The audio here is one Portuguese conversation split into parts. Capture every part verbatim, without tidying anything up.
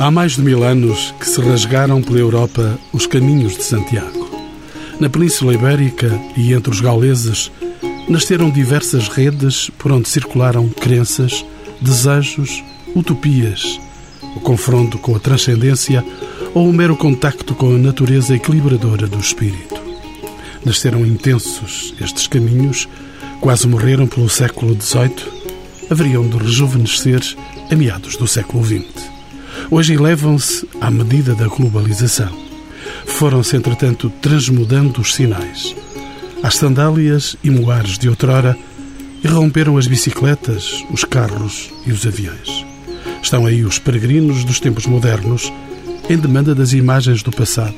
Há mais de mil anos que se rasgaram pela Europa os caminhos de Santiago. Na Península Ibérica e entre os gauleses nasceram diversas redes por onde circularam crenças, desejos, utopias, o confronto com a transcendência ou o mero contacto com a natureza equilibradora do espírito. Nasceram intensos estes caminhos, quase morreram pelo século dezoito, haveriam de rejuvenescer a meados do século vinte. Hoje elevam-se à medida da globalização. Foram-se, entretanto, transmudando os sinais. As sandálias e moares de outrora irromperam as bicicletas, os carros e os aviões. Estão aí os peregrinos dos tempos modernos, em demanda das imagens do passado,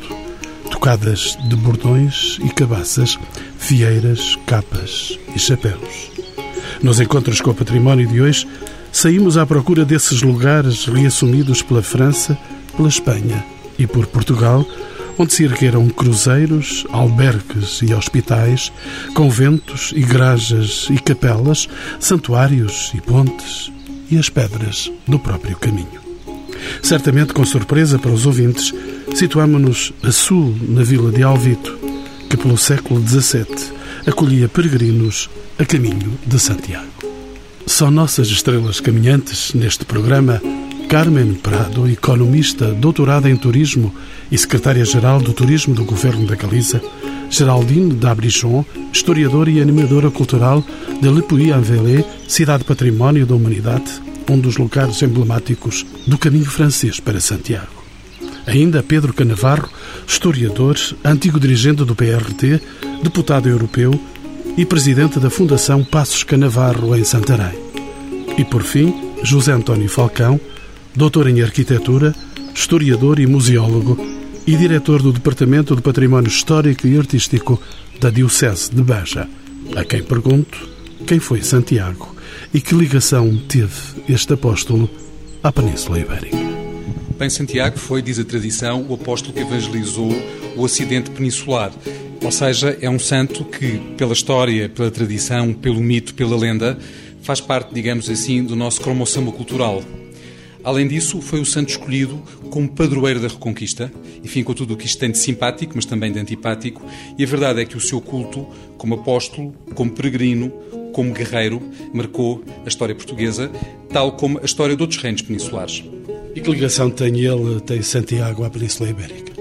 tocadas de bordões e cabaças, fieiras, capas e chapéus. Nos encontros com o património de hoje, saímos à procura desses lugares reassumidos pela França, pela Espanha e por Portugal, onde se ergueram cruzeiros, albergues e hospitais, conventos, igrejas e capelas, santuários e pontes e as pedras do próprio caminho. Certamente, com surpresa para os ouvintes, situámo-nos a sul na vila de Alvito, que pelo século dezassete acolhia peregrinos a caminho de Santiago. São nossas estrelas caminhantes neste programa Carmen Prado, economista, doutorada em turismo e secretária-geral do Turismo do Governo da Galiza, Geraldine d'Abrichon, historiadora e animadora cultural de Le Puy-en-Velay, cidade património da humanidade, um dos lugares emblemáticos do caminho francês para Santiago. Ainda Pedro Canavarro, historiador, antigo dirigente do P R T, deputado europeu e presidente da Fundação Passos Canavarro em Santarém. E, por fim, José António Falcão, doutor em arquitetura, historiador e museólogo e diretor do Departamento de Património Histórico e Artístico da Diocese de Beja, a quem pergunto quem foi Santiago e que ligação teve este apóstolo à Península Ibérica. Bem, Santiago foi, diz a tradição, o apóstolo que evangelizou o Ocidente peninsular. Ou seja, é um santo que, pela história, pela tradição, pelo mito, pela lenda, faz parte, digamos assim, do nosso cromossoma cultural. Além disso, foi o santo escolhido como padroeiro da Reconquista, enfim, com tudo o que isto tem de simpático, mas também de antipático, e a verdade é que o seu culto, como apóstolo, como peregrino, como guerreiro, marcou a história portuguesa, tal como a história de outros reinos peninsulares. E que ligação tem ele, tem Santiago à Península Ibérica?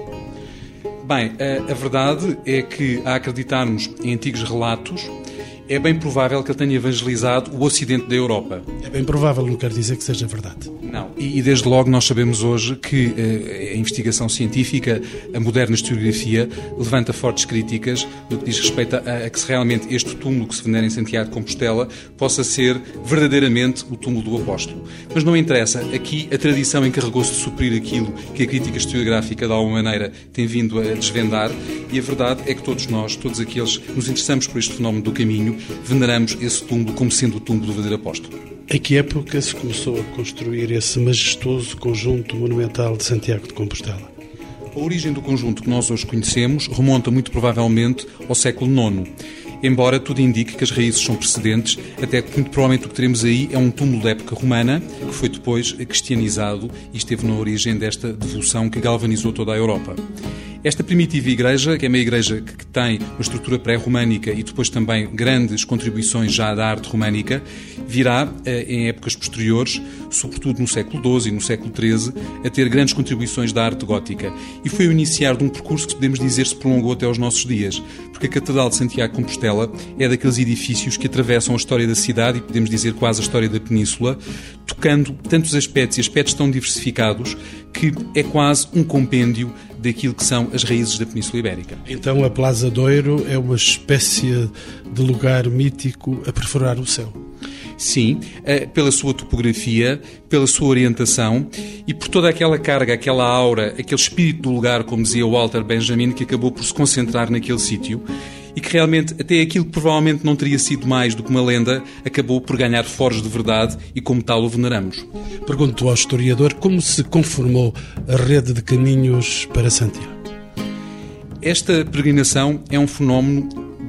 Bem, a, a verdade é que, a acreditarmos em antigos relatos, é bem provável que ele tenha evangelizado o Ocidente da Europa. É bem provável, não quer dizer que seja verdade. Não, e, e desde logo nós sabemos hoje que eh, a investigação científica, a moderna historiografia, levanta fortes críticas no que diz respeito a, a que se realmente este túmulo que se venera em Santiago de Compostela possa ser verdadeiramente o túmulo do apóstolo. Mas não interessa, aqui a tradição encarregou-se de suprir aquilo que a crítica historiográfica de alguma maneira tem vindo a desvendar, e a verdade é que todos nós, todos aqueles que nos interessamos por este fenómeno do caminho, veneramos esse túmulo como sendo o túmulo do verdadeiro apóstolo. Em que época se começou a construir esse majestoso conjunto monumental de Santiago de Compostela? A origem do conjunto que nós hoje conhecemos remonta muito provavelmente ao século nono, embora tudo indique que as raízes são precedentes, até que muito provavelmente o que teremos aí é um túmulo da época romana, que foi depois cristianizado e esteve na origem desta devoção que galvanizou toda a Europa. Esta primitiva igreja, que é uma igreja que tem uma estrutura pré-românica e depois também grandes contribuições já da arte românica, virá, em épocas posteriores, sobretudo no século doze e no século treze, a ter grandes contribuições da arte gótica. E foi o iniciar de um percurso que podemos dizer se prolongou até aos nossos dias, porque a Catedral de Santiago de Compostela é daqueles edifícios que atravessam a história da cidade e podemos dizer quase a história da península, tocando tantos aspectos e aspectos tão diversificados que é quase um compêndio daquilo que são as raízes da Península Ibérica. Então a Plaza de Ouro é uma espécie de lugar mítico a perfurar o céu? Sim, pela sua topografia, pela sua orientação e por toda aquela carga, aquela aura, aquele espírito do lugar, como dizia Walter Benjamin, que acabou por se concentrar naquele sítio e que realmente até aquilo que provavelmente não teria sido mais do que uma lenda acabou por ganhar foros de verdade e como tal o veneramos. Pergunto ao historiador como se conformou a rede de caminhos para Santiago. Esta peregrinação é um fenómeno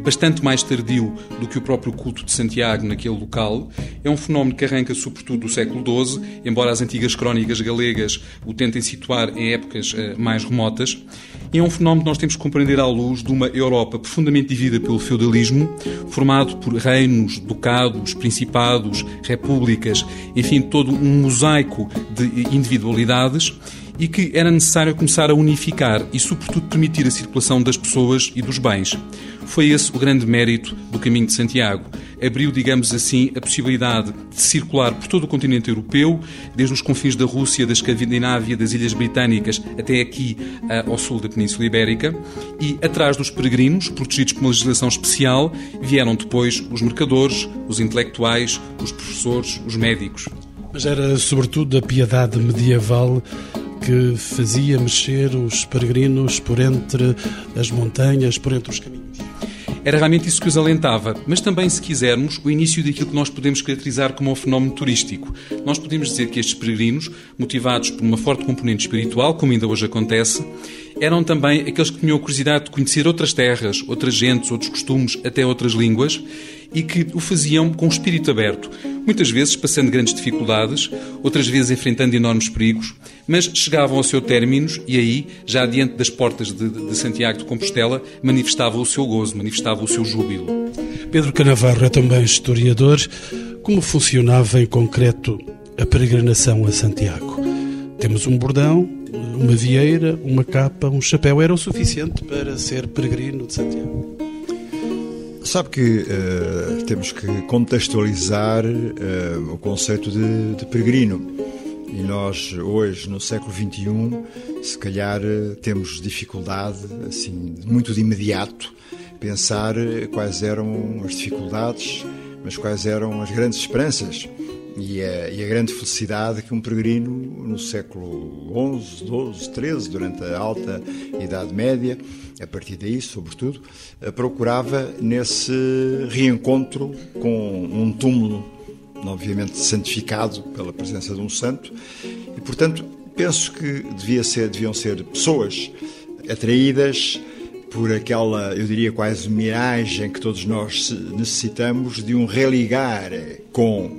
bastante mais tardio do que o próprio culto de Santiago naquele local. É um fenómeno que arranca sobretudo do século doze, embora as antigas crónicas galegas o tentem situar em épocas uh, mais remotas. E é um fenómeno que nós temos que compreender à luz de uma Europa profundamente dividida pelo feudalismo, formado por reinos, ducados, principados, repúblicas, enfim, todo um mosaico de individualidades, e que era necessário começar a unificar e, sobretudo, permitir a circulação das pessoas e dos bens. Foi esse o grande mérito do Caminho de Santiago. Abriu, digamos assim, a possibilidade de circular por todo o continente europeu, desde os confins da Rússia, da Escandinávia, das Ilhas Britânicas, até aqui ao sul da Península Ibérica, e atrás dos peregrinos, protegidos por uma legislação especial, vieram depois os mercadores, os intelectuais, os professores, os médicos. Mas era, sobretudo, a piedade medieval que fazia mexer os peregrinos por entre as montanhas, por entre os caminhos. Era realmente isso que os alentava, mas também, se quisermos, o início daquilo que nós podemos caracterizar como um fenómeno turístico. Nós podemos dizer que estes peregrinos, motivados por uma forte componente espiritual, como ainda hoje acontece, eram também aqueles que tinham a curiosidade de conhecer outras terras, outras gentes, outros costumes, até outras línguas, e que o faziam com o espírito aberto, muitas vezes passando grandes dificuldades, outras vezes enfrentando enormes perigos, mas chegavam ao seu término e aí, já diante das portas de, de Santiago de Compostela, manifestavam o seu gozo, manifestavam o seu júbilo. Pedro Canavarro é também historiador. Como funcionava em concreto a peregrinação a Santiago? Temos um bordão, uma vieira, uma capa, um chapéu. Era o suficiente para ser peregrino de Santiago? Sabe que uh, temos que contextualizar uh, o conceito de, de peregrino. E nós, hoje, no século vinte e um, se calhar uh, temos dificuldade, assim, muito de imediato, pensar quais eram as dificuldades, mas quais eram as grandes esperanças e a, e a grande felicidade que um peregrino no século onze, doze, treze, durante a alta Idade Média, a partir daí, sobretudo, procurava nesse reencontro com um túmulo, obviamente santificado pela presença de um santo, e, portanto, penso que devia ser, deviam ser pessoas atraídas por aquela, eu diria, quase miragem que todos nós necessitamos de um religar com,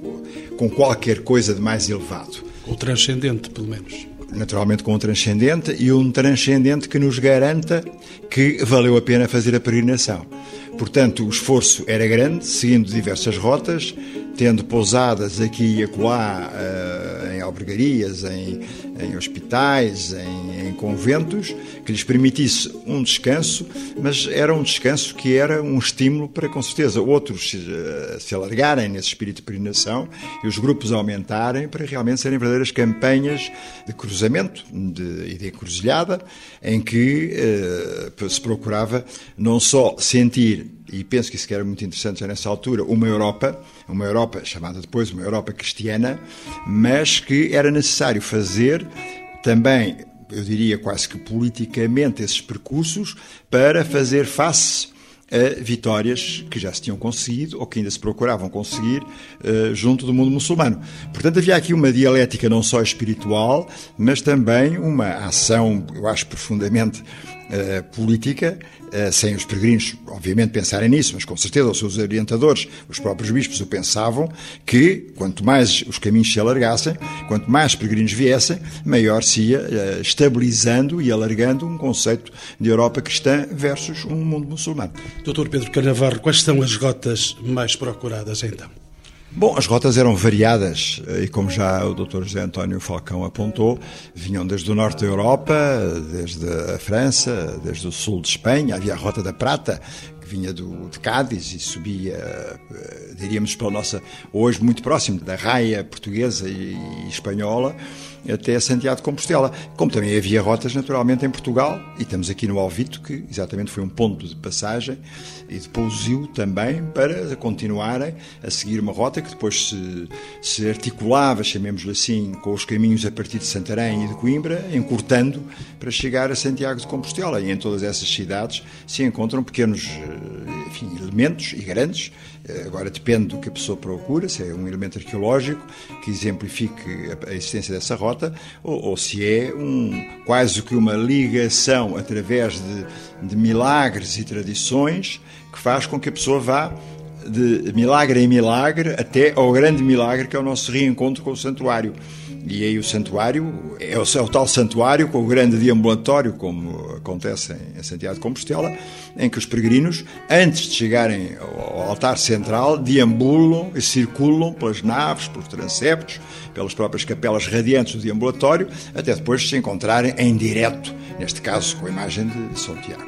com qualquer coisa de mais elevado. O transcendente, pelo menos. Naturalmente com um transcendente, e um transcendente que nos garanta que valeu a pena fazer a peregrinação. Portanto, o esforço era grande, seguindo diversas rotas, tendo pousadas aqui e acolá, uh, em albergarias, em, em hospitais, em, em conventos, que lhes permitisse um descanso, mas era um descanso que era um estímulo para, com certeza, outros se, uh, se alargarem nesse espírito de peregrinação e os grupos aumentarem para realmente serem verdadeiras campanhas de cruzamento de, e de encruzilhada, em que uh, se procurava não só sentir, e penso que isso que era muito interessante já nessa altura, uma Europa, uma Europa chamada depois uma Europa cristiana, mas que era necessário fazer também, eu diria quase que politicamente, esses percursos para fazer face a vitórias que já se tinham conseguido ou que ainda se procuravam conseguir uh, junto do mundo muçulmano. Portanto, havia aqui uma dialética não só espiritual, mas também uma ação, eu acho, profundamente uh, política, uh, sem os peregrinos, obviamente, pensarem nisso, mas com certeza os seus orientadores, os próprios bispos, o pensavam, que quanto mais os caminhos se alargassem, quanto mais peregrinos viessem, maior se ia uh, estabilizando e alargando um conceito de Europa cristã versus um mundo muçulmano. doutor Pedro Canavarro, quais são as rotas mais procuradas, então? Bom, as rotas eram variadas e, como já o doutor José António Falcão apontou, vinham desde o norte da Europa, desde a França, desde o sul de Espanha. Havia a Rota da Prata, que vinha do, de Cádiz e subia, diríamos, pela nossa, hoje muito próximo da raia portuguesa e, e espanhola, até Santiago de Compostela. Como também havia rotas, naturalmente, em Portugal, e estamos aqui no Alvito, que exatamente foi um ponto de passagem e de pousio também, para continuarem a seguir uma rota que depois se, se articulava, chamemos-lhe assim, com os caminhos a partir de Santarém e de Coimbra, encurtando para chegar a Santiago de Compostela. E em todas essas cidades se encontram pequenos, enfim, elementos e grandes. Agora depende do que a pessoa procura, se é um elemento arqueológico que exemplifique a existência dessa rota, ou, ou se é um, quase que uma ligação através de, de milagres e tradições que faz com que a pessoa vá de milagre em milagre até ao grande milagre que é o nosso reencontro com o santuário. E aí o santuário é o, é o tal santuário com o grande deambulatório, como acontece em Santiago de Compostela, em que os peregrinos, antes de chegarem ao altar central, deambulam e circulam pelas naves, pelos transeptos, pelas próprias capelas radiantes do deambulatório, até depois se encontrarem em direto, neste caso com a imagem de São Tiago.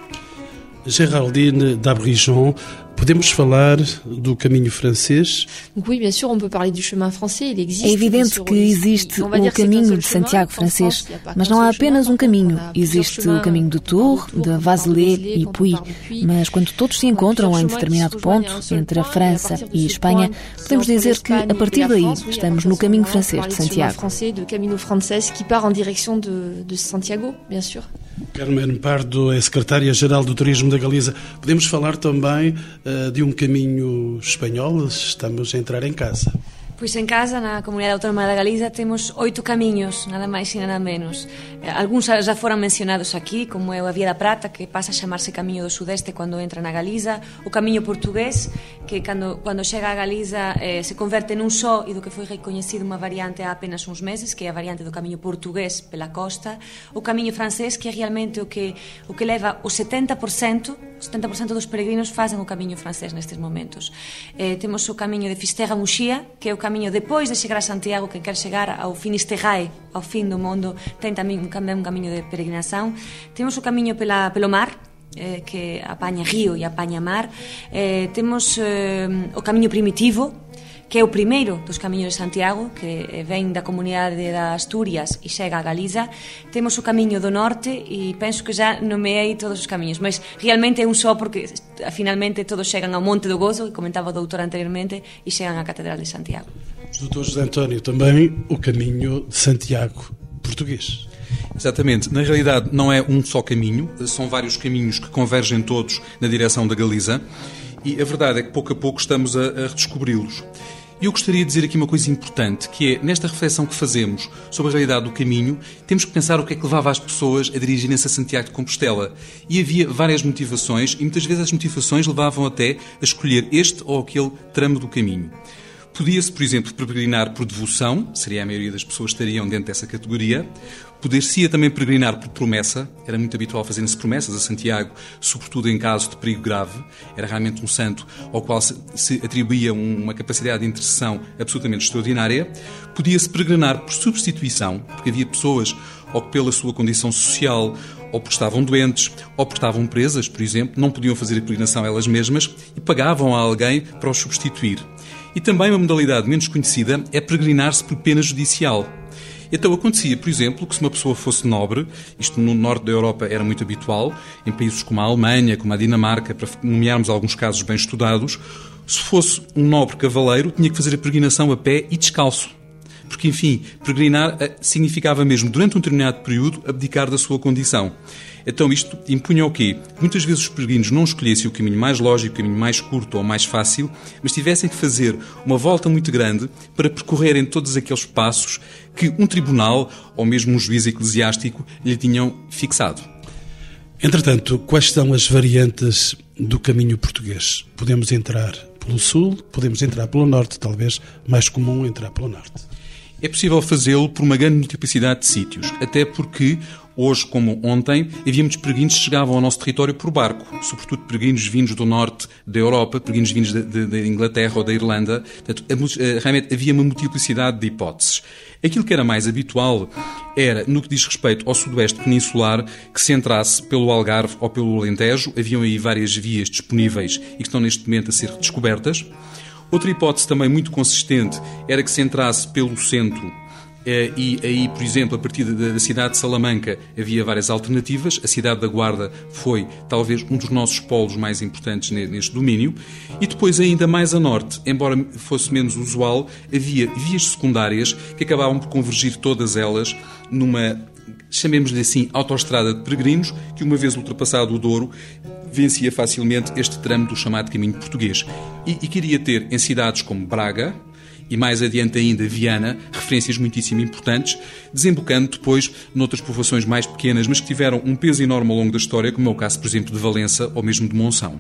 Géraldine d'Abrigeon, podemos falar do caminho francês? Oui, bien sûr, on peut parler du chemin français, il existe. É evidente que existe o caminho de Santiago francês, mas não há apenas um caminho. Existe o caminho de Tours, de Vazelay e Puy. Mas quando todos se encontram em determinado ponto, entre a França e a Espanha, podemos dizer que, a partir daí, estamos no caminho francês de Santiago. Do caminho francês que part en direction de, de Santiago, bien sûr. Carmen Pardo é secretária-geral do Turismo da Galiza. Podemos falar também uh, de um caminho espanhol? Estamos a entrar em casa. Pois en casa, na Comunidade Autónoma da Galiza, temos oito camiños, nada máis e nada menos. Alguns já foron mencionados aquí, como é a Vía da Prata, que pasa a chamarse Camiño do Sudeste cando entra na Galiza, o Camiño Portugués, que cando, cando chega a Galiza eh, se converte nun só e do que foi recoñecido unha variante há apenas uns meses, que é a variante do Camiño Portugués pela costa, o Camiño Francés, que é realmente o que, o que leva o setenta por cento, o setenta por cento dos peregrinos fazem o Camiño Francés nestes momentos. Eh, temos o Camiño de Fisterra-Muxía, que é o camiño depois de chegar a Santiago, que quer chegar ao Finisterrae, ao fim do mundo, tem também un, un camiño de peregrinação. Temos o camiño pela, pelo mar, eh, que apaña río e apaña mar. Eh, temos eh, o camiño primitivo, que é o primeiro dos camiños de Santiago, que vén da comunidade da Asturias e chega a Galiza. Temos o camiño do norte e penso que já nomeei todos os camiños, mas realmente é un só porque finalmente todos chegan ao Monte do Gozo, que comentaba o doutor anteriormente, e chegan á Catedral de Santiago. doutor José António, também o caminho de Santiago português. Exatamente. Na realidade não é um só caminho, são vários caminhos que convergem todos na direção da Galiza e a verdade é que pouco a pouco estamos a, a redescobri-los. E eu gostaria de dizer aqui uma coisa importante, que é, nesta reflexão que fazemos sobre a realidade do caminho, temos que pensar o que é que levava as pessoas a dirigirem-se a Santiago de Compostela. E havia várias motivações, e muitas vezes as motivações levavam até a escolher este ou aquele tramo do caminho. Podia-se, por exemplo, peregrinar por devoção, seria a maioria das pessoas que estariam dentro dessa categoria. Poder-se também peregrinar por promessa, era muito habitual fazerem-se promessas a Santiago, sobretudo em caso de perigo grave. Era realmente um santo ao qual se, se atribuía uma capacidade de intercessão absolutamente extraordinária. Podia-se peregrinar por substituição, porque havia pessoas ou que pela sua condição social, ou porque estavam doentes, ou porque estavam presas, por exemplo, não podiam fazer a peregrinação elas mesmas e pagavam a alguém para os substituir. E também uma modalidade menos conhecida é peregrinar-se por pena judicial. Então acontecia, por exemplo, que se uma pessoa fosse nobre, isto no norte da Europa era muito habitual, em países como a Alemanha, como a Dinamarca, para nomearmos alguns casos bem estudados, se fosse um nobre cavaleiro, tinha que fazer a peregrinação a pé e descalço. Porque, enfim, peregrinar significava mesmo, durante um determinado período, abdicar da sua condição. Então isto impunha o quê? Muitas vezes os peregrinos não escolhessem o caminho mais lógico, o caminho mais curto ou mais fácil, mas tivessem que fazer uma volta muito grande para percorrerem todos aqueles passos que um tribunal ou mesmo um juiz eclesiástico lhe tinham fixado. Entretanto, quais são as variantes do caminho português? Podemos entrar pelo sul, podemos entrar pelo norte, talvez mais comum entrar pelo norte. É possível fazê-lo por uma grande multiplicidade de sítios, até porque hoje, como ontem, havia muitos peregrinos que chegavam ao nosso território por barco, sobretudo peregrinos vindos do norte da Europa, peregrinos vindos da Inglaterra ou da Irlanda. Portanto, realmente havia uma multiplicidade de hipóteses. Aquilo que era mais habitual era, no que diz respeito ao sudoeste peninsular, que se entrasse pelo Algarve ou pelo Alentejo. Haviam aí várias vias disponíveis e que estão neste momento a ser descobertas. Outra hipótese também muito consistente era que se entrasse pelo centro e aí, por exemplo, a partir da cidade de Salamanca havia várias alternativas. A cidade da Guarda foi talvez um dos nossos polos mais importantes neste domínio. E depois, ainda mais a norte, embora fosse menos usual, havia vias secundárias que acabavam por convergir todas elas numa, chamemos-lhe assim, autoestrada de peregrinos, que uma vez ultrapassado o Douro, vencia facilmente este tramo do chamado caminho português. E, e queria ter em cidades como Braga, e mais adiante ainda Viana, referências muitíssimo importantes, desembocando depois noutras povoações mais pequenas, mas que tiveram um peso enorme ao longo da história, como é o caso, por exemplo, de Valença ou mesmo de Monção.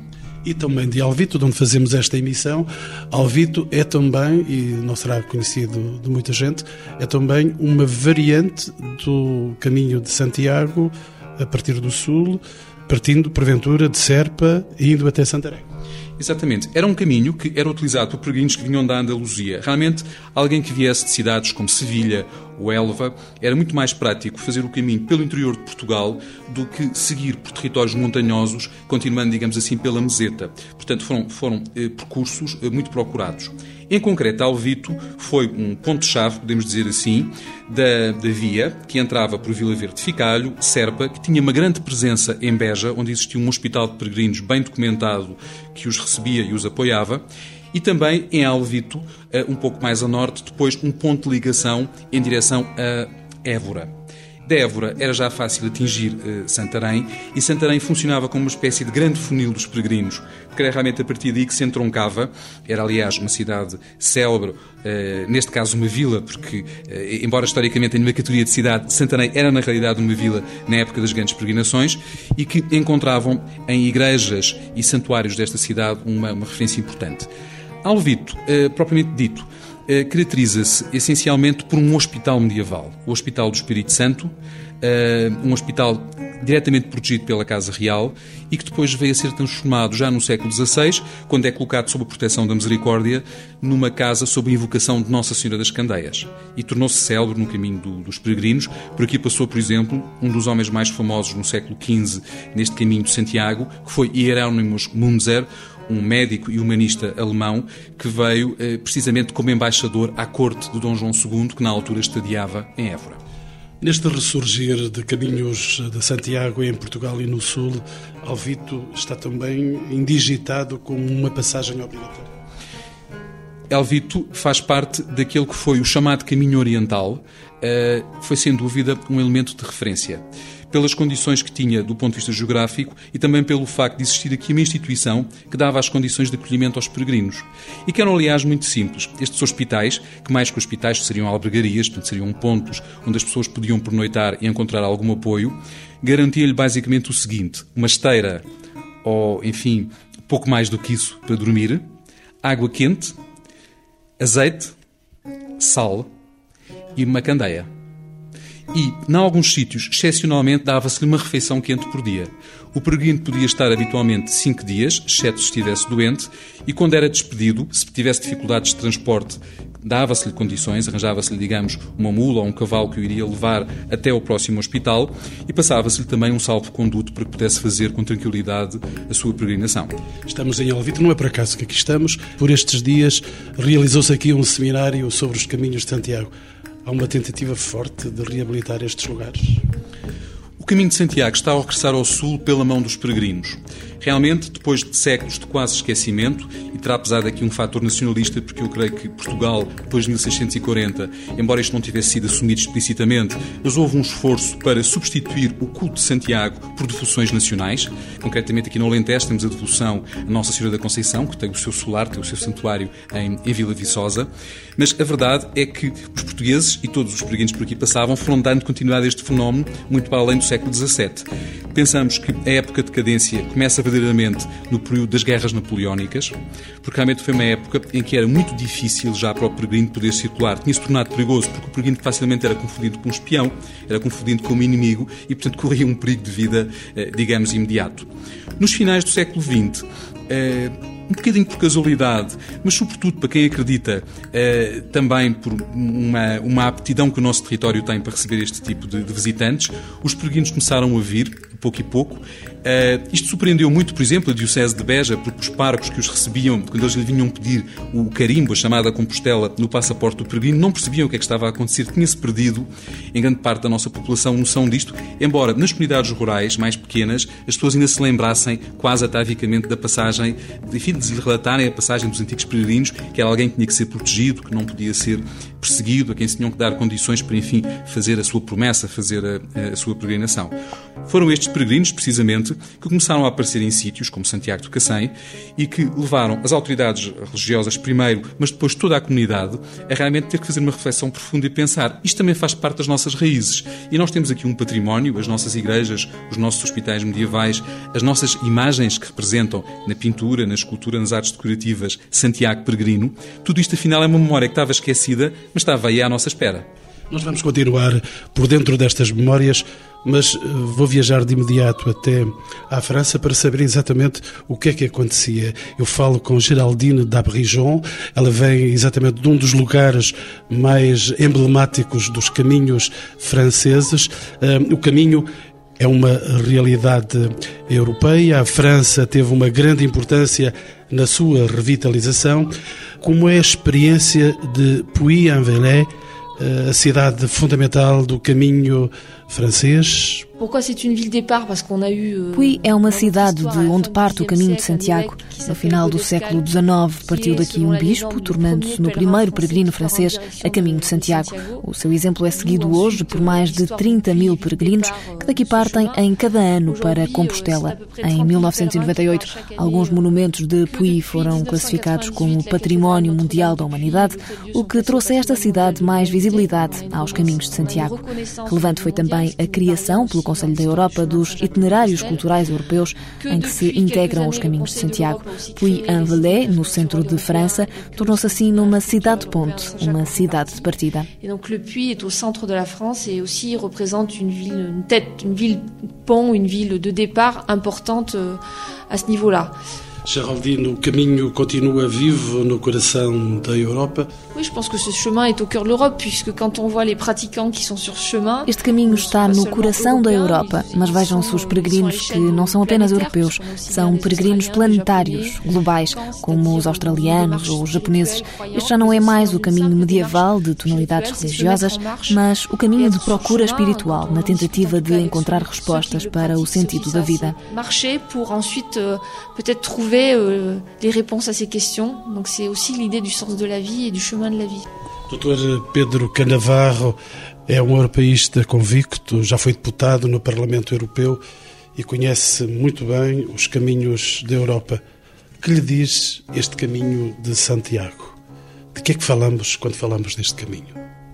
e também de Alvito, de onde fazemos esta emissão. Alvito é também, e não será conhecido de muita gente, é também uma variante do caminho de Santiago, a partir do sul, partindo, porventura, de Serpa e indo até Santarém. Exatamente. Era um caminho que era utilizado por peregrinos que vinham da Andaluzia. Realmente, alguém que viesse de cidades como Sevilha ou Elva, era muito mais prático fazer o caminho pelo interior de Portugal do que seguir por territórios montanhosos, continuando, digamos assim, pela meseta. Portanto, foram, foram eh, percursos eh, muito procurados. Em concreto, Alvito foi um ponto-chave, podemos dizer assim, da, da via que entrava por Vila Verde de Ficalho, Serpa, que tinha uma grande presença em Beja, onde existia um hospital de peregrinos bem documentado que os recebia e os apoiava, e também em Alvito, um pouco mais a norte, depois um ponto de ligação em direção a Évora. Da Évora era já fácil atingir uh, Santarém, e Santarém funcionava como uma espécie de grande funil dos peregrinos, porque era realmente a partir daí que se entroncava. Era, aliás, uma cidade célebre, uh, neste caso uma vila, porque, uh, embora historicamente tenha uma categoria de cidade, Santarém era na realidade uma vila na época das grandes peregrinações, e que encontravam em igrejas e santuários desta cidade uma, uma referência importante. Alvito, uh, propriamente dito, caracteriza-se essencialmente por um hospital medieval, o Hospital do Espírito Santo, um hospital diretamente protegido pela Casa Real e que depois veio a ser transformado já no século dezasseis, quando é colocado sob a proteção da Misericórdia, numa casa sob a invocação de Nossa Senhora das Candeias, e tornou-se célebre no caminho do, dos peregrinos. Por aqui passou, por exemplo, um dos homens mais famosos no século quinze neste caminho de Santiago, que foi Hieronymus Munzer, um médico e humanista alemão que veio eh, precisamente como embaixador à corte de Dom João segundo, que na altura estadiava em Évora. Neste ressurgir de caminhos de Santiago em Portugal e no Sul, Alvito está também indigitado como uma passagem obrigatória. Alvito faz parte daquele que foi o chamado caminho oriental, eh, foi sem dúvida um elemento de referência, pelas condições que tinha do ponto de vista geográfico e também pelo facto de existir aqui uma instituição que dava as condições de acolhimento aos peregrinos. E que eram, aliás, muito simples. Estes hospitais, que mais que hospitais seriam albergarias, portanto seriam pontos onde as pessoas podiam pernoitar e encontrar algum apoio, garantia-lhe basicamente o seguinte: uma esteira, ou, enfim, pouco mais do que isso para dormir, água quente, azeite, sal e uma candeia. E, em alguns sítios, excepcionalmente, dava-se-lhe uma refeição quente por dia. O peregrino podia estar habitualmente cinco dias, exceto se estivesse doente, e quando era despedido, se tivesse dificuldades de transporte, dava-se-lhe condições, arranjava-se-lhe, digamos, uma mula ou um cavalo que o iria levar até ao próximo hospital, e passava-se-lhe também um salvo-conduto para que pudesse fazer com tranquilidade a sua peregrinação. Estamos em Alvito, não é por acaso que aqui estamos. Por estes dias realizou-se aqui um seminário sobre os caminhos de Santiago. Há uma tentativa forte de reabilitar estes lugares? O caminho de Santiago está a regressar ao sul pela mão dos peregrinos. Realmente, depois de séculos de quase esquecimento, e terá pesado aqui um fator nacionalista, porque eu creio que Portugal, depois de mil seiscentos e quarenta, embora isto não tivesse sido assumido explicitamente, mas houve um esforço para substituir o culto de Santiago por devoções nacionais. Concretamente aqui no Alentejo temos a devoção a Nossa Senhora da Conceição, que tem o seu solar, tem o seu santuário em, em Vila Viçosa. Mas a verdade é que os portugueses e todos os peregrinos por aqui passavam foram dando continuidade a este fenómeno muito para além do século dezassete. Pensamos que a época de decadência começa verdadeiramente no período das guerras napoleónicas, porque realmente foi uma época em que era muito difícil já para o peregrino poder circular. Tinha-se tornado perigoso, porque o peregrino facilmente era confundido com um espião, era confundido com um inimigo e, portanto, corria um perigo de vida, digamos, imediato. Nos finais do século vinte, um bocadinho por casualidade, mas sobretudo para quem acredita, eh, também por uma, uma aptidão que o nosso território tem para receber este tipo de, de visitantes, os peregrinos começaram a vir, pouco e pouco. Uh, isto surpreendeu muito, por exemplo, a Diocese de Beja, porque os párocos que os recebiam, quando eles lhe vinham pedir o carimbo, a chamada Compostela, no passaporte do peregrino, não percebiam o que é que estava a acontecer. Tinha-se perdido, em grande parte da nossa população, noção disto, embora nas comunidades rurais mais pequenas as pessoas ainda se lembrassem quase atavicamente da passagem, enfim, de lhe relatarem a passagem dos antigos peregrinos, que era alguém que tinha que ser protegido, que não podia ser perseguido, a quem se tinham que dar condições para, enfim, fazer a sua promessa, fazer a, a sua peregrinação. Foram estes estes peregrinos, precisamente, que começaram a aparecer em sítios como Santiago do Cacém e que levaram as autoridades religiosas primeiro, mas depois toda a comunidade, a realmente ter que fazer uma reflexão profunda e pensar, isto também faz parte das nossas raízes. E nós temos aqui um património, as nossas igrejas, os nossos hospitais medievais, as nossas imagens que representam na pintura, na escultura, nas artes decorativas, Santiago peregrino. Tudo isto, afinal, é uma memória que estava esquecida, mas estava aí à nossa espera. Nós vamos continuar por dentro destas memórias, mas vou viajar de imediato até à França para saber exatamente o que é que acontecia. Eu falo com Geraldine d'Abrigeon, ela vem exatamente de um dos lugares mais emblemáticos dos caminhos franceses. O caminho é uma realidade europeia, a França teve uma grande importância na sua revitalização. Como é a experiência de Puy-en-Velay, a cidade fundamental do caminho francês? Puy é uma cidade de onde parte o caminho de Santiago. No final do século dezenove partiu daqui um bispo, tornando-se no primeiro peregrino francês a caminho de Santiago. O seu exemplo é seguido hoje por mais de trinta mil peregrinos que daqui partem em cada ano para Compostela. Em mil novecentos e noventa e oito, alguns monumentos de Puy foram classificados como Património Mundial da Humanidade, o que trouxe a esta cidade mais visibilidade aos caminhos de Santiago. Relevante foi também a criação pelo Conselho da Europa dos itinerários culturais europeus em que se integram os caminhos de Santiago. Puy-en-Velay, no centro de França, tornou-se assim numa cidade-ponte, uma cidade de partida. Et donc le Puy est au centre de la France et aussi représente une ville, une tête, une ville pont, une ville de départ importante à ce niveau-là. Geraldine, o caminho continua vivo no coração da Europa? Oui, je pense que ce chemin est au cœur de l'Europe, puisque quand on voit les pratiquants qui sont sur ce chemin... Este caminho está no coração da Europa, mas vejam-se os peregrinos que não são apenas europeus, são peregrinos planetários, globais, como os australianos ou os japoneses. Este já não é mais o caminho medieval de tonalidades religiosas, mas o caminho de procura espiritual, na tentativa de encontrar respostas para o sentido da vida. Marcher pour ensuite peut-être trouver les réponses à ces questions. Donc c'est aussi l'idée du sens de la vie et du chemin de la vie. doutor Pedro Canavarro é um europeísta convicto, já foi deputado no Parlamento Europeu e conhece muito bem os caminhos da Europa. Que lhe diz este caminho de Santiago? De que é que falamos quando falamos deste caminho?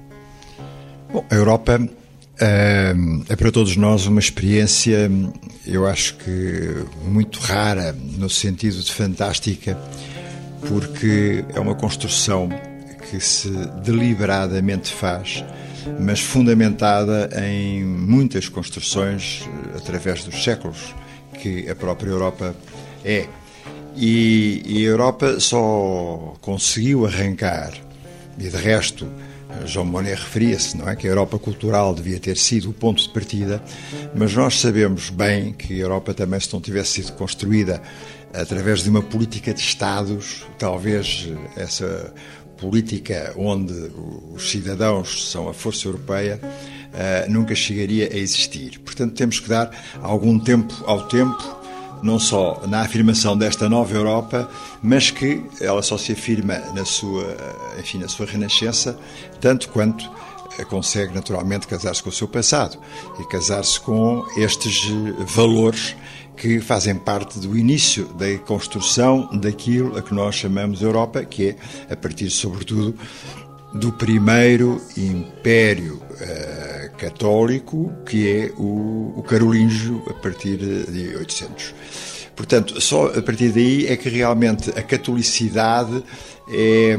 Bom, a Europa é, é para todos nós uma experiência, eu acho que muito rara, no sentido de fantástica, porque é uma construção que se deliberadamente faz, mas fundamentada em muitas construções através dos séculos que a própria Europa é. E, e a Europa só conseguiu arrancar, e de resto João Monnet referia-se, não é, que a Europa cultural devia ter sido o ponto de partida, mas nós sabemos bem que a Europa também, se não tivesse sido construída através de uma política de Estados, talvez essa política onde os cidadãos são a força europeia, uh, nunca chegaria a existir. Portanto, temos que dar algum tempo ao tempo, não só na afirmação desta nova Europa, mas que ela só se afirma na sua, enfim, na sua renascença, tanto quanto consegue naturalmente casar-se com o seu passado e casar-se com estes valores que fazem parte do início da construção daquilo a que nós chamamos Europa, que é, a partir sobretudo do primeiro império uh, católico, que é o, o carolíngio, a partir de oitocentos. Portanto, só a partir daí é que realmente a catolicidade é,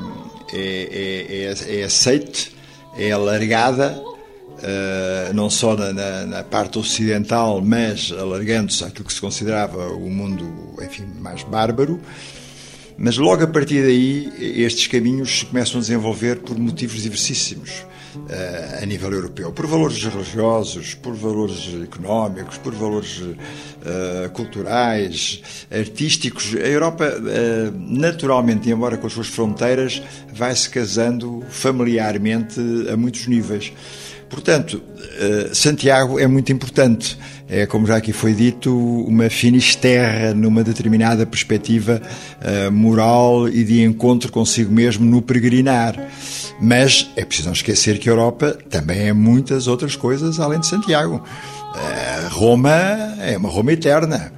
é, é, é aceite, é alargada, uh, não só na, na, na parte ocidental, mas alargando-se àquilo que se considerava o mundo, enfim, mais bárbaro. Mas logo a partir daí, estes caminhos se começam a desenvolver por motivos diversíssimos uh, a nível europeu. Por valores religiosos, por valores económicos, por valores uh, culturais, artísticos. A Europa, uh, naturalmente, embora com as suas fronteiras, vai-se casando familiarmente a muitos níveis. Portanto, Santiago é muito importante. É, como já aqui foi dito, uma finisterra numa determinada perspectiva uh, moral e de encontro consigo mesmo no peregrinar. Mas é preciso não esquecer que a Europa também é muitas outras coisas além de Santiago. Uh, Roma é uma Roma eterna.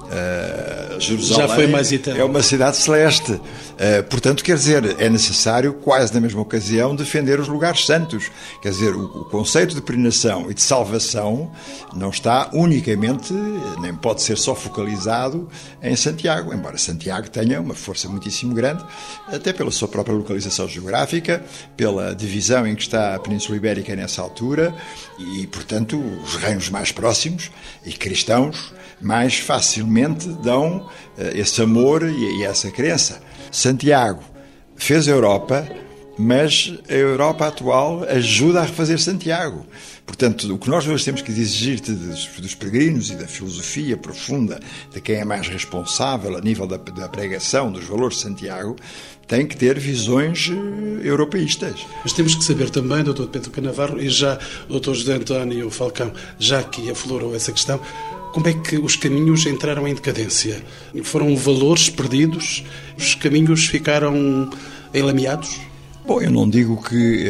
Uh, Jerusalém já foi mais eterna. É uma cidade celeste. Uh, portanto, quer dizer, é necessário, quase na mesma ocasião, defender os lugares santos. Quer dizer, o, o conceito de peregrinação e de salvação não está unicamente, nem pode ser só focalizado em Santiago, embora Santiago tenha uma força muitíssimo grande, até pela sua própria localização geográfica, pela divisão em que está a Península Ibérica nessa altura e, portanto, os reinos mais próximos e cristãos mais facilmente dão uh, esse amor e, e essa crença. Santiago fez a Europa, mas a Europa atual ajuda a refazer Santiago. Portanto, o que nós hoje temos que exigir dos, dos peregrinos e da filosofia profunda de quem é mais responsável a nível da, da pregação dos valores de Santiago, tem que ter visões uh, europeístas. Mas temos que saber também, doutor Pedro Canavarro, e já o doutor José António Falcão, já aqui aflorou essa questão, como é que os caminhos entraram em decadência? Foram valores perdidos? Os caminhos ficaram enlameados? Bom, eu não digo que,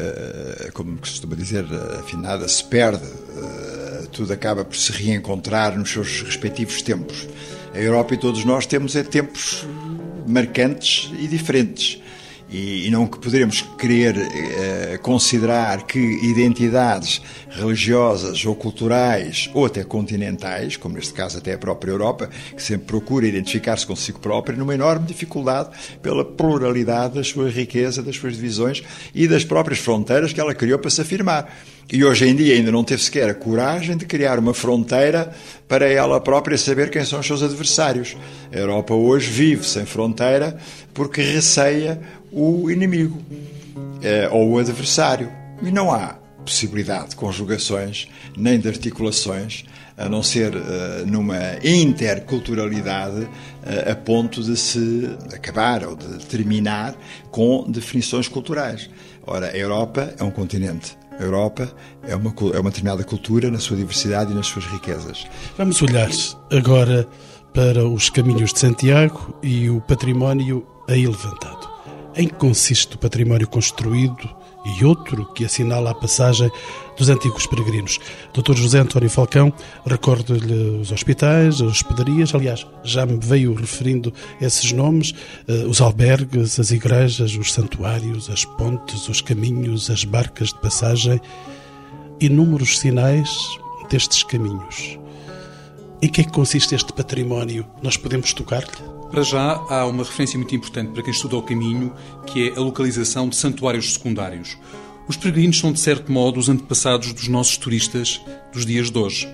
como costuma dizer, afinada se perde. Tudo acaba por se reencontrar nos seus respectivos tempos. A Europa e todos nós temos é tempos marcantes e diferentes. E não que poderemos querer eh, considerar que identidades religiosas ou culturais ou até continentais, como neste caso até a própria Europa, que sempre procura identificar-se consigo própria, numa enorme dificuldade pela pluralidade da sua riqueza, das suas divisões e das próprias fronteiras que ela criou para se afirmar. E hoje em dia ainda não teve sequer a coragem de criar uma fronteira para ela própria saber quem são os seus adversários. A Europa hoje vive sem fronteira porque receia o inimigo eh, ou o adversário. E não há possibilidade de conjugações nem de articulações, a não ser uh, numa interculturalidade uh, a ponto de se acabar ou de terminar com definições culturais. Ora, a Europa é um continente. A Europa é uma, é uma determinada cultura na sua diversidade e nas suas riquezas. Vamos olhar agora para os caminhos de Santiago e o património aí levantado. Em que consiste o património construído e outro que assinala a passagem dos antigos peregrinos? doutor José António Falcão, recordo-lhe os hospitais, as hospedarias, aliás, já me veio referindo esses nomes, os albergues, as igrejas, os santuários, as pontes, os caminhos, as barcas de passagem, inúmeros sinais destes caminhos. Em que é que consiste este património? Nós podemos tocar-lhe? Para já, há uma referência muito importante para quem estuda o caminho, que é a localização de santuários secundários. Os peregrinos são, de certo modo, os antepassados dos nossos turistas dos dias de hoje.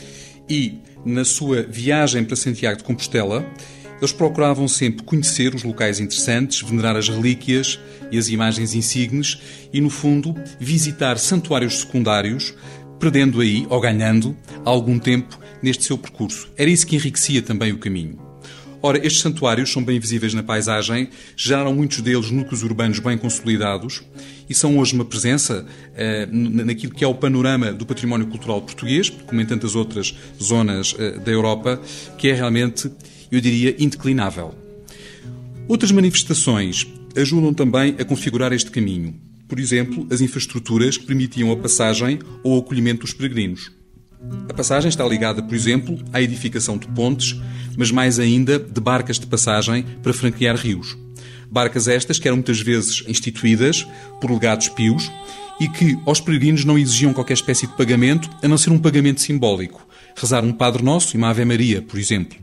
E, na sua viagem para Santiago de Compostela, eles procuravam sempre conhecer os locais interessantes, venerar as relíquias e as imagens insignes e, no fundo, visitar santuários secundários, perdendo aí, ou ganhando, algum tempo neste seu percurso. Era isso que enriquecia também o caminho. Ora, estes santuários são bem visíveis na paisagem, geraram muitos deles núcleos urbanos bem consolidados e são hoje uma presença eh, naquilo que é o panorama do património cultural português, como em tantas outras zonas eh, da Europa, que é realmente, eu diria, indeclinável. Outras manifestações ajudam também a configurar este caminho. Por exemplo, as infraestruturas que permitiam a passagem ou o acolhimento dos peregrinos. A passagem está ligada, por exemplo, à edificação de pontes, mas mais ainda de barcas de passagem para franquear rios. Barcas estas que eram muitas vezes instituídas por legados pios e que aos peregrinos não exigiam qualquer espécie de pagamento, a não ser um pagamento simbólico. Rezar um Padre Nosso e uma Ave Maria, por exemplo.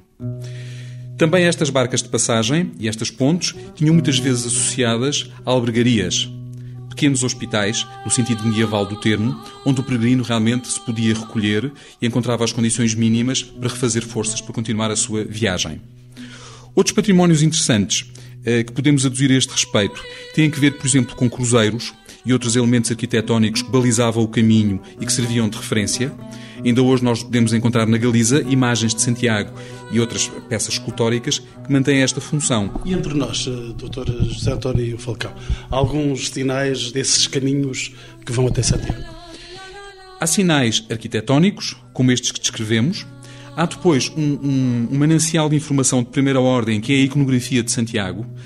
Também estas barcas de passagem e estas pontes tinham muitas vezes associadas a albergarias, pequenos hospitais, no sentido medieval do termo, onde o peregrino realmente se podia recolher e encontrava as condições mínimas para refazer forças para continuar a sua viagem. Outros patrimónios interessantes eh, que podemos aduzir a este respeito têm que ver, por exemplo, com cruzeiros e outros elementos arquitetónicos que balizavam o caminho e que serviam de referência. Ainda hoje nós podemos encontrar na Galiza imagens de Santiago e outras peças escultóricas que mantêm esta função. E entre nós, doutor José António Falcão, alguns sinais desses caminhos que vão até Santiago? Há sinais arquitetónicos, como estes que descrevemos. Há depois um, um, um manancial de informação de primeira ordem, que é a iconografia de Santiago,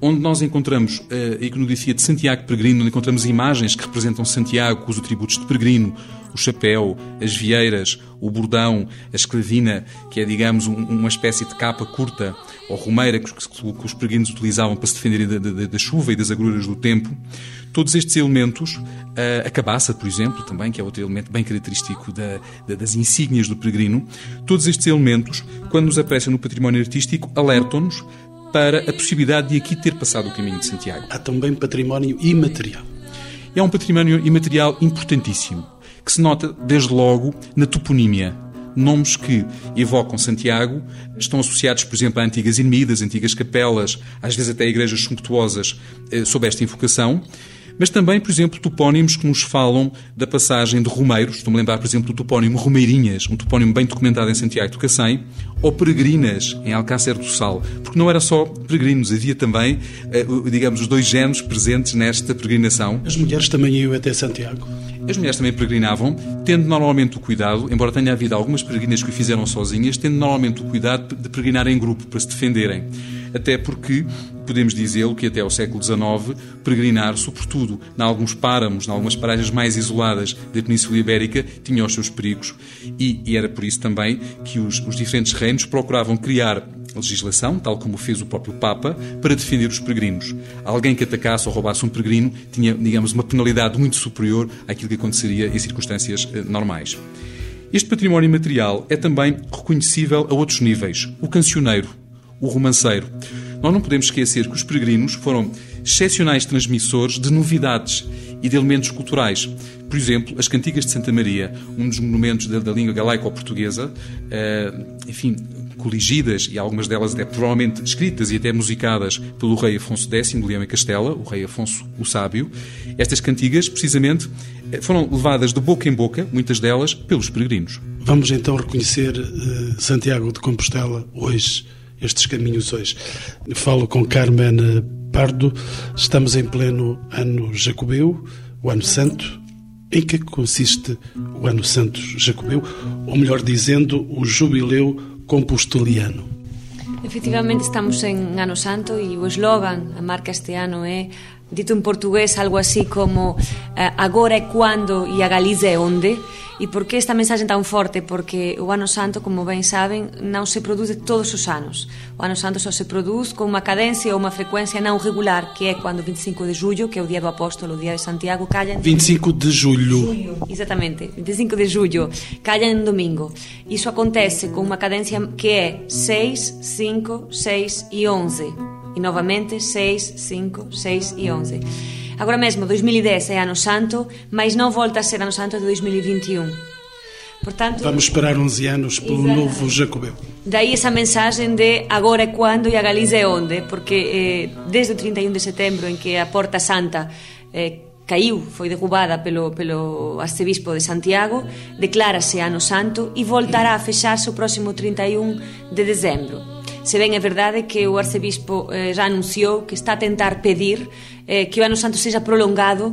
onde nós encontramos a iconografia de Santiago Peregrino, onde encontramos imagens que representam Santiago com os atributos de peregrino, o chapéu, as vieiras, o bordão, a esclavina, que é, digamos, um, uma espécie de capa curta ou romeira que, que, que os peregrinos utilizavam para se defenderem da, da, da chuva e das agruras do tempo. Todos estes elementos, a cabaça, por exemplo, também, que é outro elemento bem característico da, da, das insígnias do peregrino, todos estes elementos, quando nos aparecem no património artístico, alertam-nos para a possibilidade de aqui ter passado o caminho de Santiago. Há também património imaterial. É um património imaterial importantíssimo, que se nota, desde logo, na toponímia. Nomes que evocam Santiago estão associados, por exemplo, a antigas ermidas, antigas capelas, às vezes até igrejas sumptuosas eh, sob esta invocação, mas também, por exemplo, topónimos que nos falam da passagem de romeiros. Estou-me a lembrar, por exemplo, do topónimo Romeirinhas, um topónimo bem documentado em Santiago do Cacém, ou peregrinas, em Alcácer do Sal, porque não era só peregrinos, havia também, eh, digamos, os dois géneros presentes nesta peregrinação. As mulheres também iam até Santiago? As mulheres também peregrinavam, tendo normalmente o cuidado, embora tenha havido algumas peregrinas que o fizeram sozinhas, tendo normalmente o cuidado de peregrinar em grupo, para se defenderem. Até porque, podemos dizê-lo, que até ao século dezenove, peregrinar, sobretudo em alguns páramos, em algumas paragens mais isoladas da Península Ibérica, tinha os seus perigos. E, e era por isso também que os, os diferentes reinos procuravam criar legislação, tal como fez o próprio Papa, para defender os peregrinos. Alguém que atacasse ou roubasse um peregrino tinha, digamos, uma penalidade muito superior àquilo que aconteceria em circunstâncias eh, normais. Este património material é também reconhecível a outros níveis. O cancioneiro, o romanceiro. Nós não podemos esquecer que os peregrinos foram excepcionais transmissores de novidades e de elementos culturais. Por exemplo, as Cantigas de Santa Maria, um dos monumentos da, da língua galaico-portuguesa, eh, enfim, coligidas, e algumas delas até provavelmente escritas e até musicadas pelo rei Afonso X de Leão e Castela, o rei Afonso o Sábio. Estas cantigas, precisamente, foram levadas de boca em boca, muitas delas, pelos peregrinos. Vamos então reconhecer uh, Santiago de Compostela hoje, estes caminhos hoje. Falo com Carmen Pardo, estamos em pleno ano jacobeu, o ano santo. Em que consiste o ano santo jacobeu, ou melhor dizendo, o jubileu composteliano? Efectivamente estamos en Ano Santo e o eslogan, a marca este ano é, dito en portugués, algo así como agora é quando e a Galiza é onde. E por que esta mensaxe tan forte? Porque o Ano Santo, como ben saben, non se produce todos os anos. O Ano Santo só se produce con unha cadencia ou unha frecuencia non regular, que é cando o vinte e cinco de julho, que é o día do Apóstolo, o día de Santiago, callan... vinte e cinco de julho. julho. Exatamente, vinte e cinco de julho, callan en domingo. Iso acontece con unha cadencia que é seis, cinco, seis e onze. E novamente seis, cinco, seis e onze. Agora mesmo, dois mil e dez é Ano Santo, mas non volta a ser Ano Santo de dois mil e vinte e um. Portanto, vamos esperar onze anos pelo novo jacobeu. Daí esa mensaxe de agora é quando e a Galiza é onde, porque eh, desde o trinta e un de setembro en que a Porta Santa eh, caiu, foi derrubada pelo, pelo arcebispo de Santiago, declárase Ano Santo e voltará a fecharse o próximo trinta e un de dezembro. Se ben é verdade que o arcebispo eh, já anunciou que está a tentar pedir eh, que o Ano Santo seja prolongado.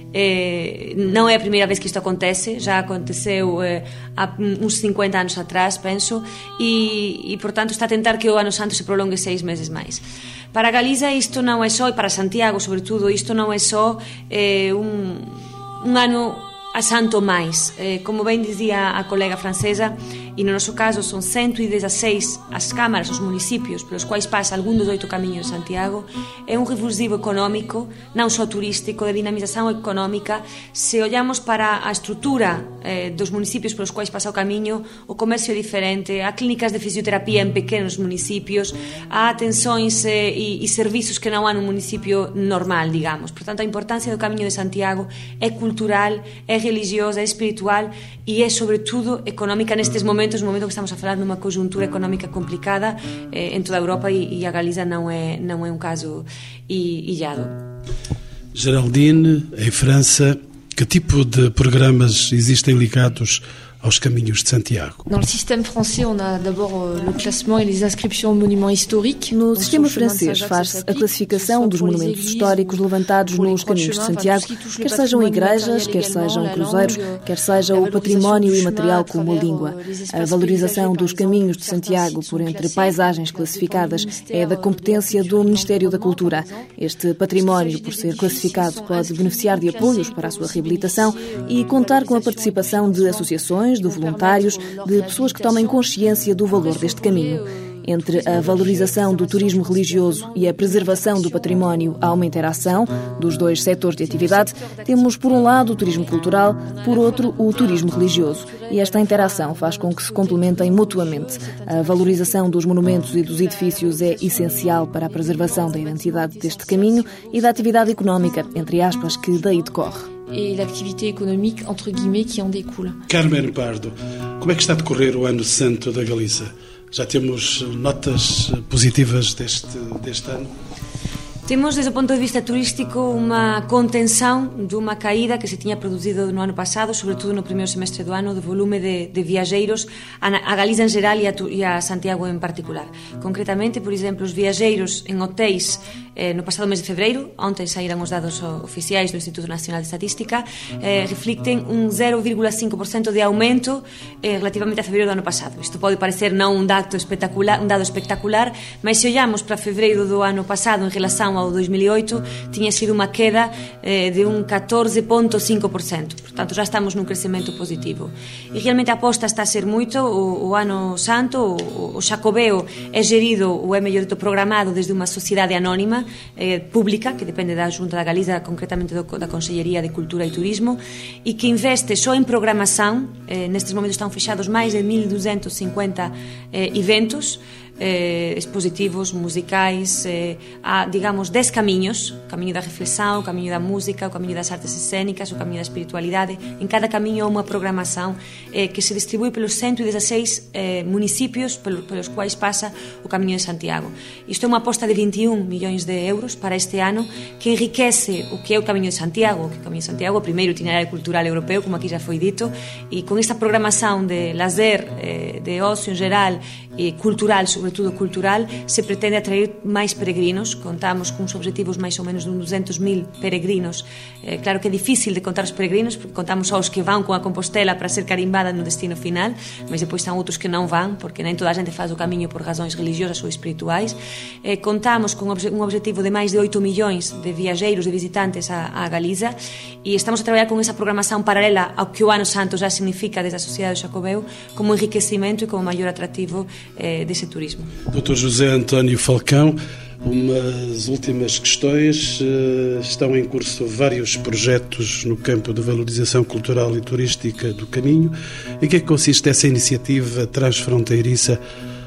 Eh, non é a primeira vez que isto acontece, já aconteceu eh, há uns cincuenta anos atrás, penso, e, e portanto está a tentar que o Ano Santo se prolongue seis meses máis. Para Galiza isto non é só, e para Santiago sobre tudo, isto non é só eh, un, un ano a santo máis. Eh, como ben dizía a colega francesa, e no noso caso son ciento dezasseis as cámaras, os municipios pelos quais pasa algún dos oito camiños de Santiago. É un revulsivo económico, non só turístico, de dinamización económica. Se ollamos para a estrutura eh, dos municipios pelos quais pasa o camiño, o comercio é diferente, há clínicas de fisioterapia en pequenos municipios, há atenções eh, e, e servizos que non há nun municipio normal, digamos. Por tanto, a importancia do camiño de Santiago é cultural, é religiosa, é espiritual e é, sobretudo, económica nestes momentos, no momento que estamos a falar numa conjuntura económica complicada eh, en toda a Europa e, e a Galiza non é, non é un caso illado. Geraldine, em França, que tipo de programas existem ligados aos caminhos de Santiago. No sistema francês, on a d'abord o classement e as inscrições ao monumento histórico. No sistema francês faz-se a classificação dos monumentos históricos levantados nos caminhos de Santiago, quer sejam igrejas, quer sejam cruzeiros, quer seja o património imaterial como a língua. A valorização dos caminhos de Santiago por entre paisagens classificadas é da competência do Ministério da Cultura. Este património, por ser classificado, pode beneficiar de apoios para a sua reabilitação e contar com a participação de associações, de voluntários, de pessoas que tomem consciência do valor deste caminho. Entre a valorização do turismo religioso e a preservação do património há uma interação dos dois setores de atividade. Temos, por um lado, o turismo cultural, por outro, o turismo religioso. E esta interação faz com que se complementem mutuamente. A valorização dos monumentos e dos edifícios é essencial para a preservação da identidade deste caminho e da atividade económica, entre aspas, que daí decorre. E l'activité économique, entre guillemets, qui en découle. Carmen Pardo, como é que está a decorrer o Ano Santo da Galiza? Já temos notas positivas deste, deste ano? Temos, desde o ponto de vista turístico, uma contenção de uma caída que se tinha produzido no ano passado, sobretudo no primeiro semestre do ano, do volume de, de viaxeiros a, a Galiza en geral e a, e a Santiago en particular. Concretamente, por exemplo, os viaxeiros en hotéis eh, no pasado mes de febreiro, ontem saíran os dados oficiais do Instituto Nacional de Estatística, eh, reflicten un zero vírgula cinco por ciento de aumento eh, relativamente a febreiro do ano pasado. Isto pode parecer non un dado espectacular, un dado espectacular, mas se olhamos para febreiro do ano pasado en relación ao dois mil e oito, tiña sido unha queda eh, de un catorce vírgula cinco por ciento. Portanto, já estamos nun crecemento positivo. E realmente a aposta está a ser moito. O, o ano santo, o, o Xacobeo é gerido, ou é mellor dito, programado desde unha sociedade anónima eh, pública, que depende da Xunta da Galiza, concretamente do, da Consellería de Cultura e Turismo, e que investe só en programación. Eh, nestes momentos están fechados máis de mil duzentos e cincuenta eh, eventos, Eh, expositivos, musicais, eh, há, digamos, dez camiños: o camiño da reflexão, o camiño da música, o camiño das artes escénicas, o camiño da espiritualidade. En cada camiño há unha programação eh, que se distribui pelos cento e dezasseis eh, municipios pelos, pelos quais pasa o camiño de Santiago. Isto é unha aposta de vinte e un millóns de euros para este ano, que enriquece o que é o camiño de Santiago, que o camiño de Santiago é o primeiro itinerario cultural europeu, como aquí já foi dito, e con esta programação de lazer, eh, de ocio en geral e cultural, sobretudo cultural, se pretende atraer máis peregrinos. Contamos cuns objetivos máis ou menos de uns duzentos mil peregrinos. Eh, claro que é difícil de contar os peregrinos, porque contamos só os que van con a Compostela para ser carimbada no destino final, mas depois están outros que non van, porque nem toda a gente faz o camiño por razóns religiosas ou espirituais. Eh, contamos con un objetivo de máis de oito millóns de viaxeiros, de visitantes a, a Galiza, e estamos a traballar con esa programación paralela ao que o Ano Santo já significa desde a Sociedade do Xacobeo, como enriquecimento e como maior atractivo eh, desse turismo. doutor José António Falcão, umas últimas questões. Estão em curso vários projetos no campo de valorização cultural e turística do caminho. Em que consiste essa iniciativa transfronteiriça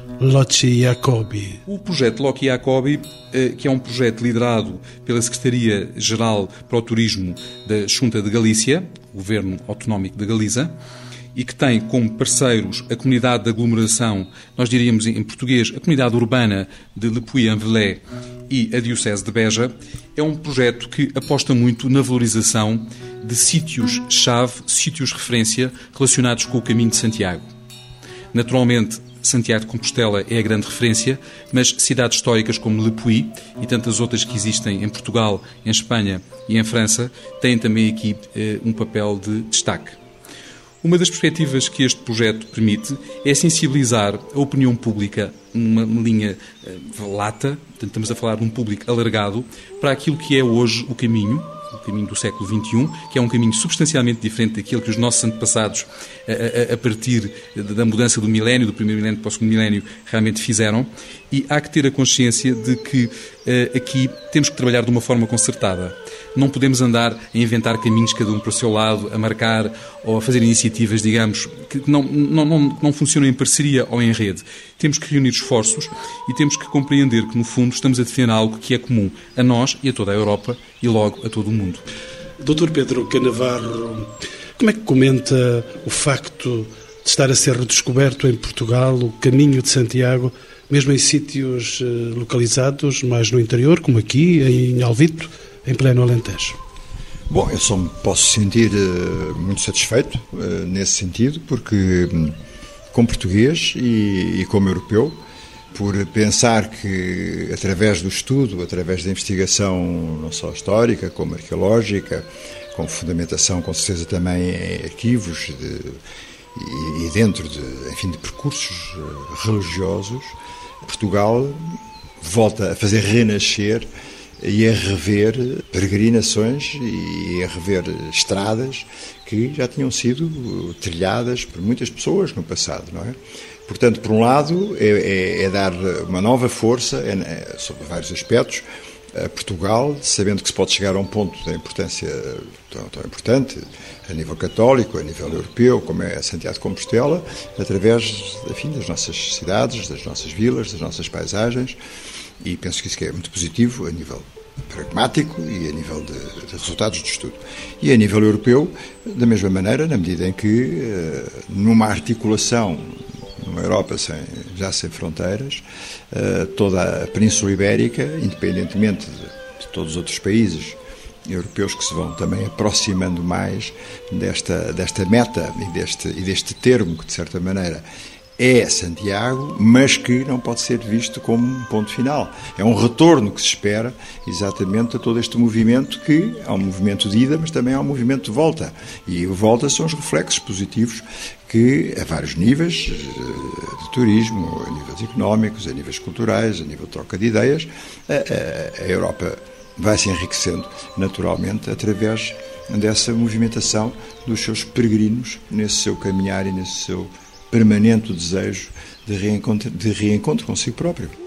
Loki Jacobi? O projeto Loki Jacobi, que é um projeto liderado pela Secretaria-Geral para o Turismo da Xunta de Galícia, Governo Autonómico de Galiza, e que tem como parceiros a comunidade de aglomeração, nós diríamos em português, a comunidade urbana de Le Puy-en-Velay e a Diocese de Beja, é um projeto que aposta muito na valorização de sítios-chave, sítios referência relacionados com o caminho de Santiago. Naturalmente, Santiago de Compostela é a grande referência, mas cidades históricas como Le Puy e tantas outras que existem em Portugal, em Espanha e em França têm também aqui eh, um papel de destaque. Uma das perspectivas que este projeto permite é sensibilizar a opinião pública, uma linha uh, lata, portanto estamos a falar de um público alargado, para aquilo que é hoje o caminho, o caminho do século vinte e um, que é um caminho substancialmente diferente daquele que os nossos antepassados, a, a, a partir da mudança do milénio, do primeiro milénio para o segundo milénio, realmente fizeram, e há que ter a consciência de que uh, aqui temos que trabalhar de uma forma concertada. Não podemos andar a inventar caminhos cada um para o seu lado, a marcar ou a fazer iniciativas, digamos, que não, não, não, não funcionam em parceria ou em rede. Temos que reunir esforços e temos que compreender que, no fundo, estamos a defender algo que é comum a nós e a toda a Europa e, logo, a todo o mundo. doutor Pedro Canavarro, como é que comenta o facto de estar a ser redescoberto em Portugal o caminho de Santiago, mesmo em sítios localizados mais no interior, como aqui, em Alvito, em pleno Alentejo? Bom, eu só me posso sentir uh, muito satisfeito uh, nesse sentido, porque um, como português e, e como europeu, por pensar que através do estudo, através da investigação não só histórica como arqueológica, com fundamentação com certeza também em arquivos de, e, e dentro de, enfim, de percursos uh, religiosos, Portugal volta a fazer renascer e a rever peregrinações e a rever estradas que já tinham sido trilhadas por muitas pessoas no passado, não é? Portanto, por um lado, é, é, é dar uma nova força, é, é, sobre vários aspectos, a Portugal, sabendo que se pode chegar a um ponto de importância tão, tão importante, a nível católico, a nível europeu, como é Santiago de Compostela, através, enfim, das nossas cidades, das nossas vilas, das nossas paisagens. E penso que isso é muito positivo a nível pragmático e a nível de, de resultados de estudo. E a nível europeu, da mesma maneira, na medida em que, numa articulação, numa Europa sem, já sem fronteiras, toda a Península Ibérica, independentemente de, de todos os outros países europeus que se vão também aproximando mais desta, desta meta e deste, e deste termo que, de certa maneira, é Santiago, mas que não pode ser visto como um ponto final. É um retorno que se espera exatamente a todo este movimento, que é um movimento de ida, mas também é um movimento de volta. E o volta são os reflexos positivos que, a vários níveis de turismo, a níveis económicos, a níveis culturais, a nível de troca de ideias, a, a, a Europa vai se enriquecendo naturalmente através dessa movimentação dos seus peregrinos nesse seu caminhar e nesse seu permanente desejo de reencontro, de reencontro consigo próprio.